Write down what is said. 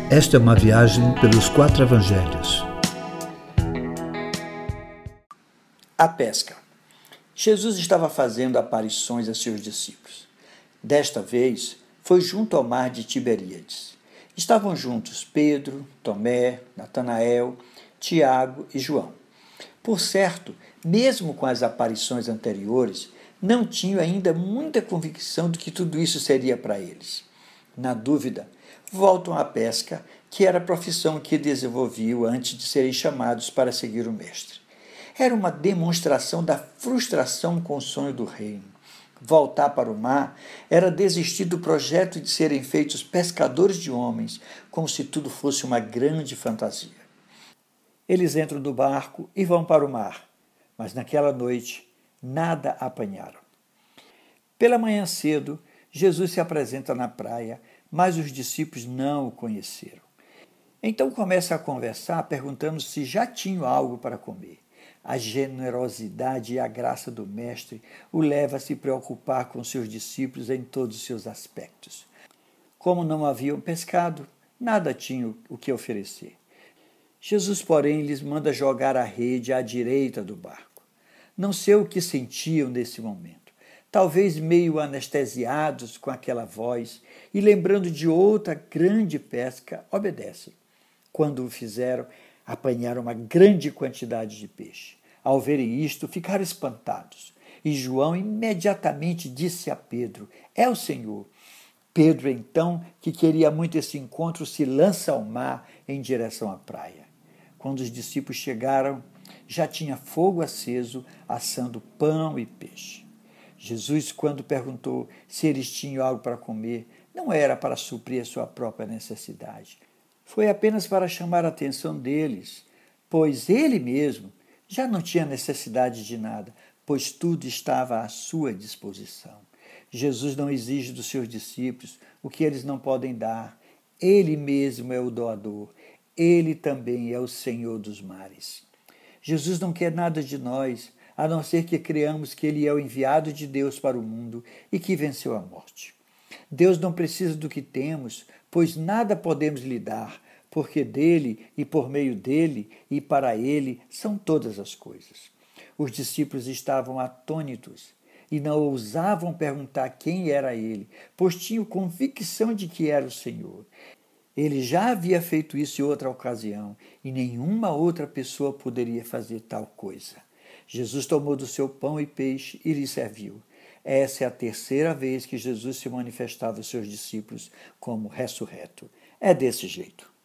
Esta é uma viagem pelos 4 evangelhos. A pesca. Jesus estava fazendo aparições a seus discípulos. Desta vez, foi junto ao mar de Tiberíades. Estavam juntos Pedro, Tomé, Natanael, Tiago e João. Por certo, mesmo com as aparições anteriores, não tinham ainda muita convicção de que tudo isso seria para eles. Na dúvida, voltam à pesca, que era a profissão que desenvolviam antes de serem chamados para seguir o Mestre. Era uma demonstração da frustração com o sonho do reino. Voltar para o mar era desistir do projeto de serem feitos pescadores de homens, como se tudo fosse uma grande fantasia. Eles entram no barco e vão para o mar, mas naquela noite nada apanharam. Pela manhã cedo, Jesus se apresenta na praia, mas os discípulos não o conheceram. Então começa a conversar, perguntando se já tinham algo para comer. A generosidade e a graça do Mestre o leva a se preocupar com seus discípulos em todos os seus aspectos. Como não haviam pescado, nada tinham o que oferecer. Jesus, porém, lhes manda jogar a rede à direita do barco. Não sei o que sentiam nesse momento. Talvez meio anestesiados com aquela voz e lembrando de outra grande pesca, obedecem. Quando o fizeram, apanharam uma grande quantidade de peixe. Ao verem isto, ficaram espantados. E João imediatamente disse a Pedro: "É o Senhor." Pedro, então, que queria muito esse encontro, se lança ao mar em direção à praia. Quando os discípulos chegaram, já tinha fogo aceso, assando pão e peixe. Jesus, quando perguntou se eles tinham algo para comer, não era para suprir a sua própria necessidade. Foi apenas para chamar a atenção deles, pois ele mesmo já não tinha necessidade de nada, pois tudo estava à sua disposição. Jesus não exige dos seus discípulos o que eles não podem dar. Ele mesmo é o doador. Ele também é o Senhor dos mares. Jesus não quer nada de nós, a não ser que creamos que Ele é o enviado de Deus para o mundo e que venceu a morte. Deus não precisa do que temos, pois nada podemos lhe dar, porque dele e por meio dele e para ele são todas as coisas. Os discípulos estavam atônitos e não ousavam perguntar quem era ele, pois tinham convicção de que era o Senhor. Ele já havia feito isso em outra ocasião e nenhuma outra pessoa poderia fazer tal coisa. Jesus tomou do seu pão e peixe e lhe serviu. Essa é a terceira vez que Jesus se manifestava aos seus discípulos como ressurreto. É desse jeito.